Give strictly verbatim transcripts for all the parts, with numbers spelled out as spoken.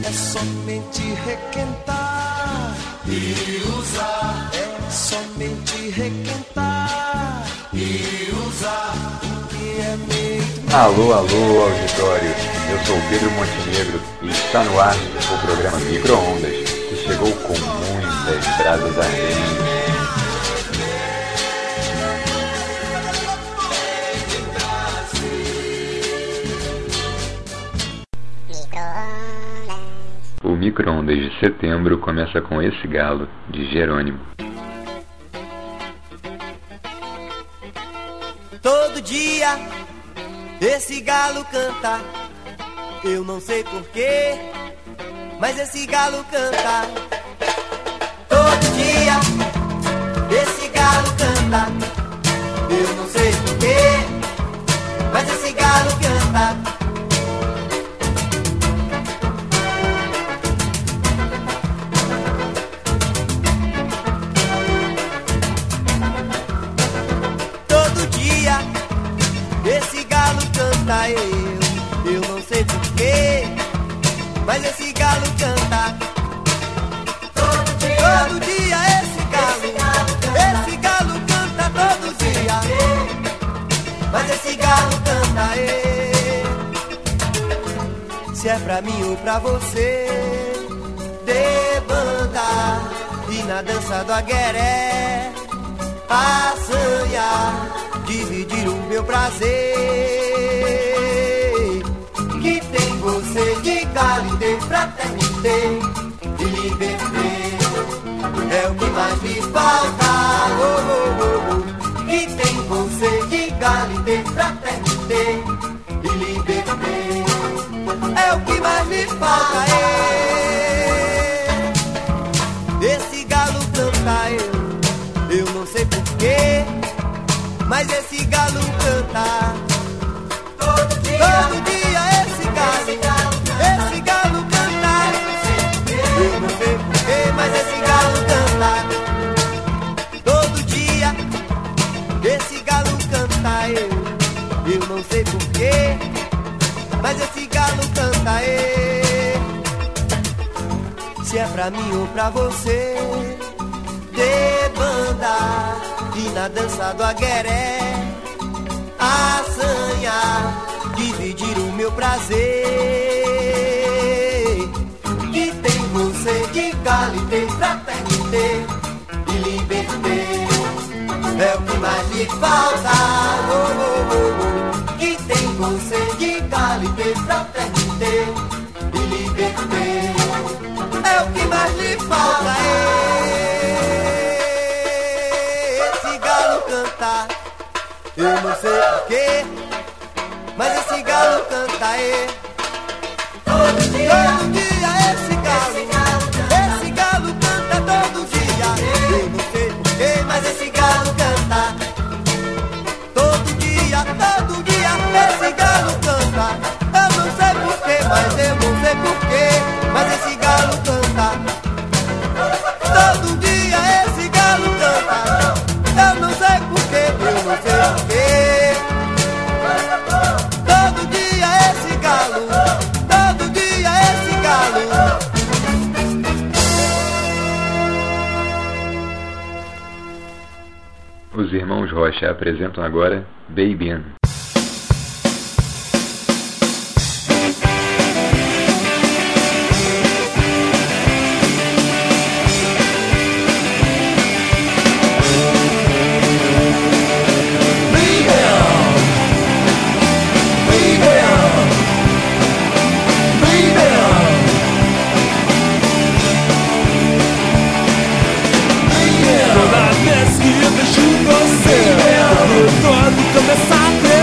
é somente requentar e usar, é somente requentar e usar o que é meio. Alô, alô, auditório, eu sou o Pedro Montenegro e está no ar o programa Micro-Ondas, que chegou com muitas brasas ardentes. O Micro-Ondas de setembro começa com Esse Galo, de Jerônimo. Todo dia esse galo canta, eu não sei porquê, mas esse galo canta. Todo dia esse galo canta, eu não sei porquê, mas esse galo canta. Esse galo canta, eu, eu não sei porquê, mas esse galo canta. Todo dia, todo dia esse galo, esse galo canta todo dia, mas esse galo canta, eu. Se é pra mim ou pra você, debanda e na dança do agueré, assanha, dividir o meu prazer. Que tem você de calité, fraternité e liberté, é o que mais me falta. Oh, oh, oh, oh. Que tem você de calité, fraternité e liberté, é o que mais me falta. Esse galo canta, eu, eu não sei porquê, mas esse galo canta. Todo dia, todo dia esse galo, esse galo canta. Eu não sei porquê, mas esse galo canta. Todo dia esse galo canta, eu, eu não sei porquê, mas esse galo canta, eu. Se é pra mim ou pra você, debanda e na dança do agueré, assanha, dividir o meu prazer. Que tem você de calité, fraternité e liberté, é o que mais lhe falta. Oh, oh, oh, oh. Que tem você de calité, fraternité e liberté, é o que mais lhe falta. Eu não sei porquê, mas esse galo canta, é. Todo dia, todo dia esse galo, esse galo canta todo dia. Eu não sei porquê, mas esse galo canta. Todo dia, todo dia esse galo canta. Eu não sei porquê, mas eu não sei porquê, mas esse galo canta. Todo dia esse galo canta. Eu não sei porquê, eu não sei porquê. Todo dia esse galo, todo dia esse galo. Os irmãos Rocha apresentam agora Baby In. Toda vez que eu vejo você, eu tô começar a ter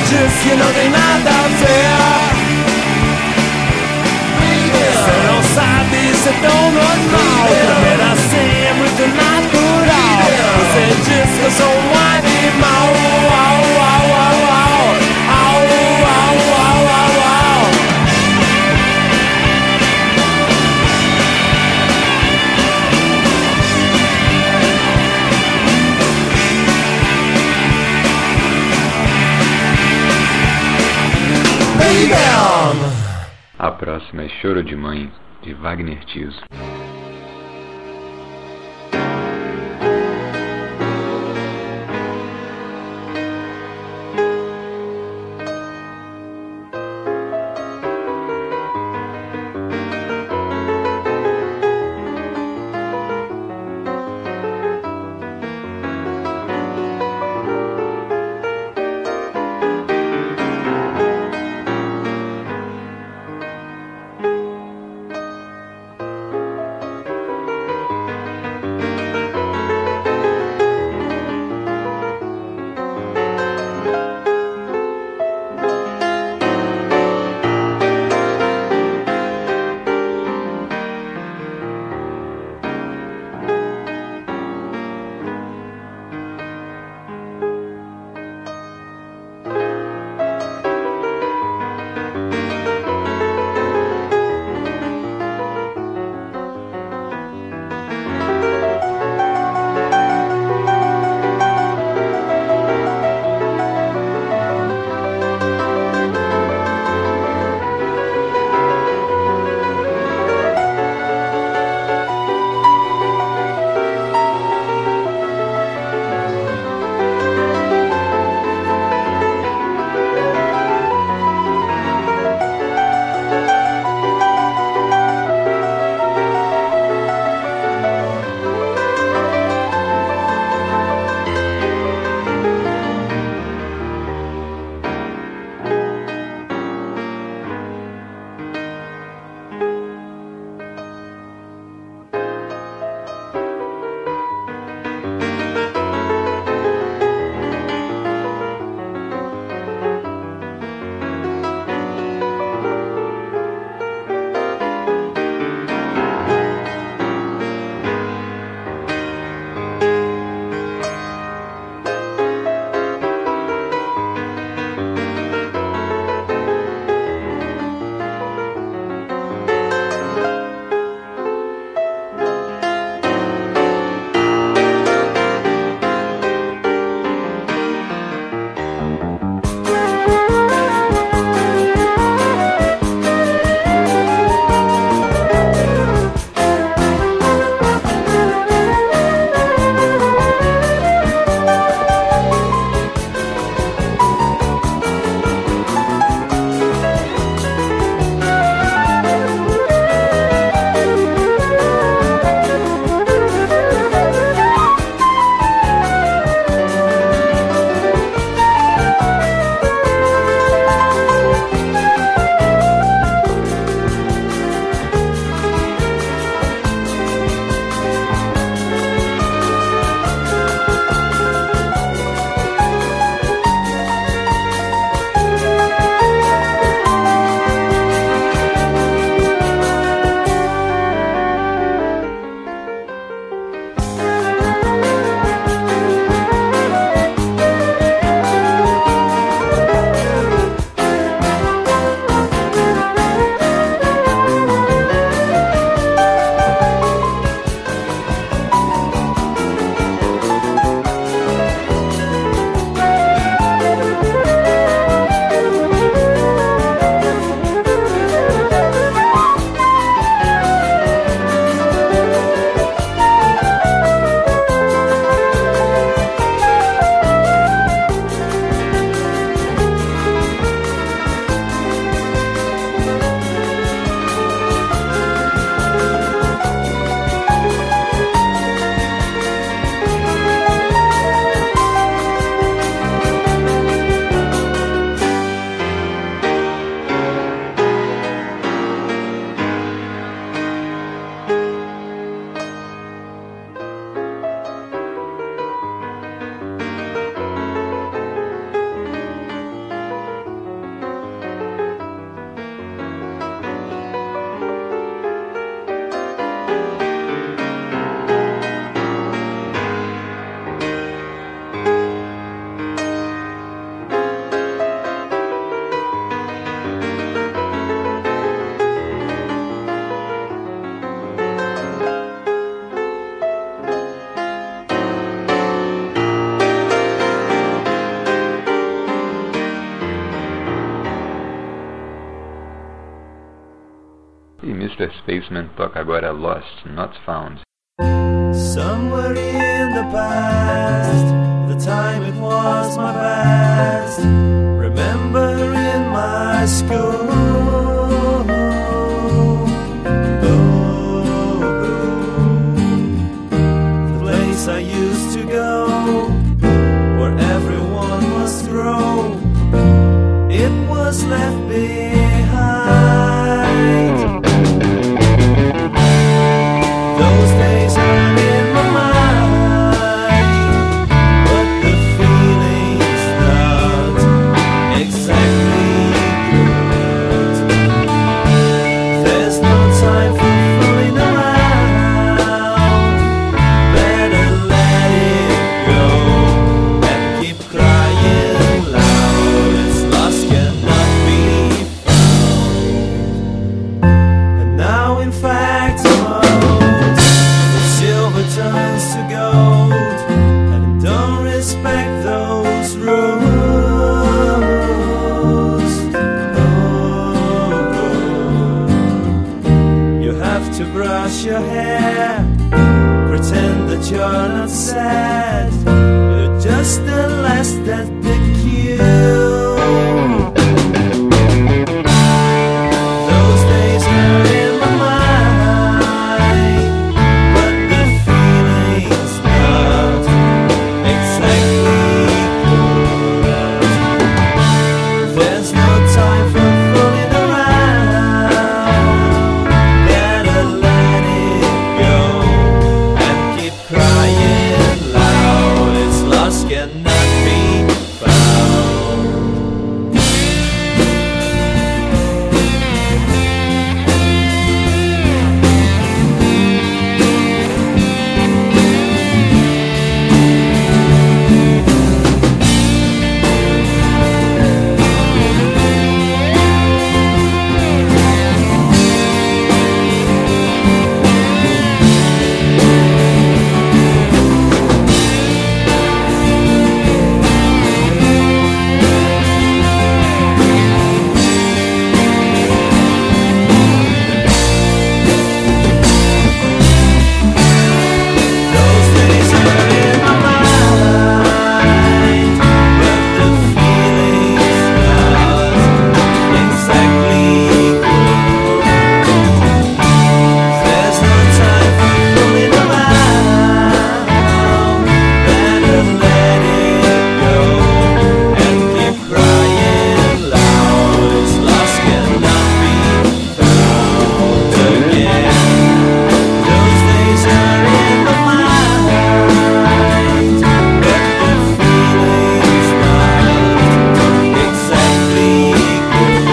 diz que não tem nada a ver. Você não sabe isso é tão normal. Comer assim é muito natural. Você diz que eu sou um animal. Au, au, au, au. Au, au, au, au, au. Bam! A próxima é Choro de Mãe, de Wagner Tiso. mister Spaceman toca agora Lost, Not Found. Somewhere in the past, the time it was my best, remember in my school, oh, the place I used to go, where everyone must grow, it was left behind. Those days are in my mind, but the feeling's not exactly good. There's no time for fooling around, better let it go and keep crying loud. It's lost, cannot be found. And now in fact turns to gold, and don't respect those rules. Oh, you have to brush your hair, pretend that you're not sad, you're just the last at the queue. Those days are in my mind, but the feeling's not exactly good. There's no time for fooling around, better let it go and keep crying loud. It's lost, cannot be found. Those days are in my mind, but the feeling's not exactly good. There's no time for fooling around, better let it go and keep crying loud. It's lost, cannot be found again. Those days are in my mind, but the feeling's not exactly good.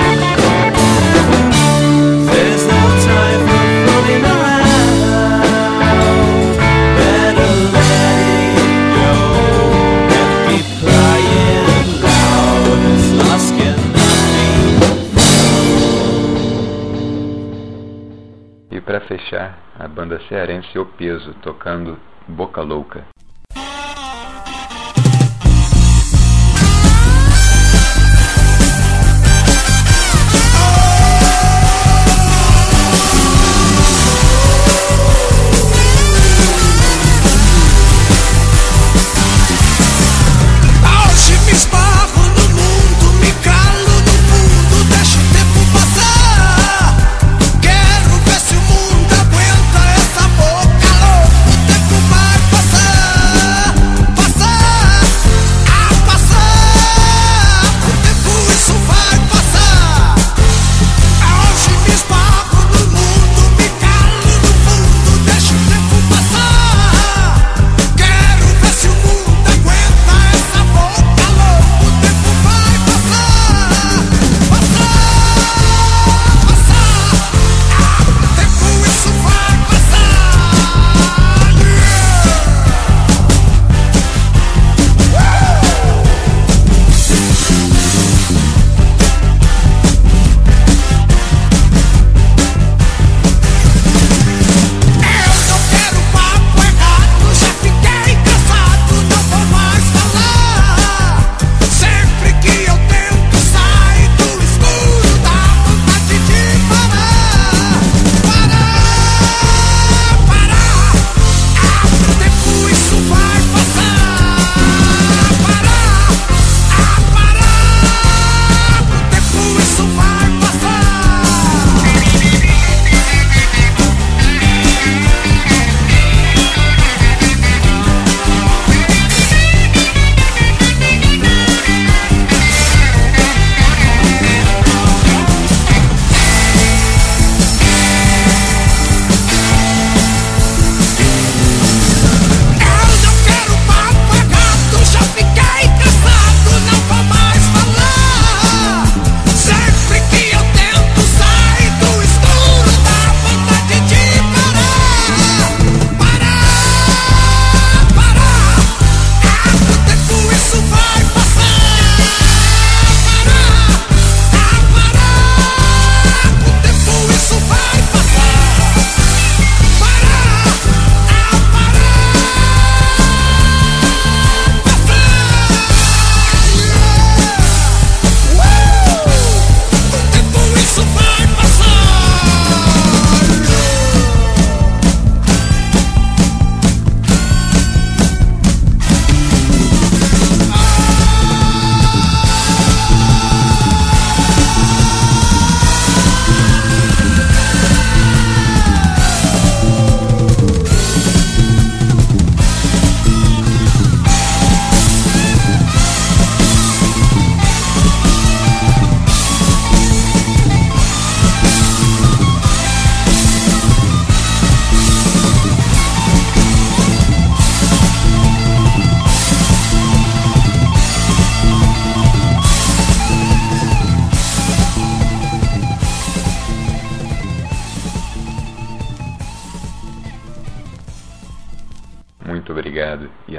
There's no time for fooling around, better let it go and keep crying loud. It's lost, cannot be E pra fechar, a banda cearense O Peso tocando Boca Louca. Hoje me esbarro no mundo, me calo no fundo, deixo o tempo passar. Quero ver se o mundo aguenta essa boca louca, o tempo vai passar.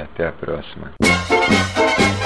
até a próxima.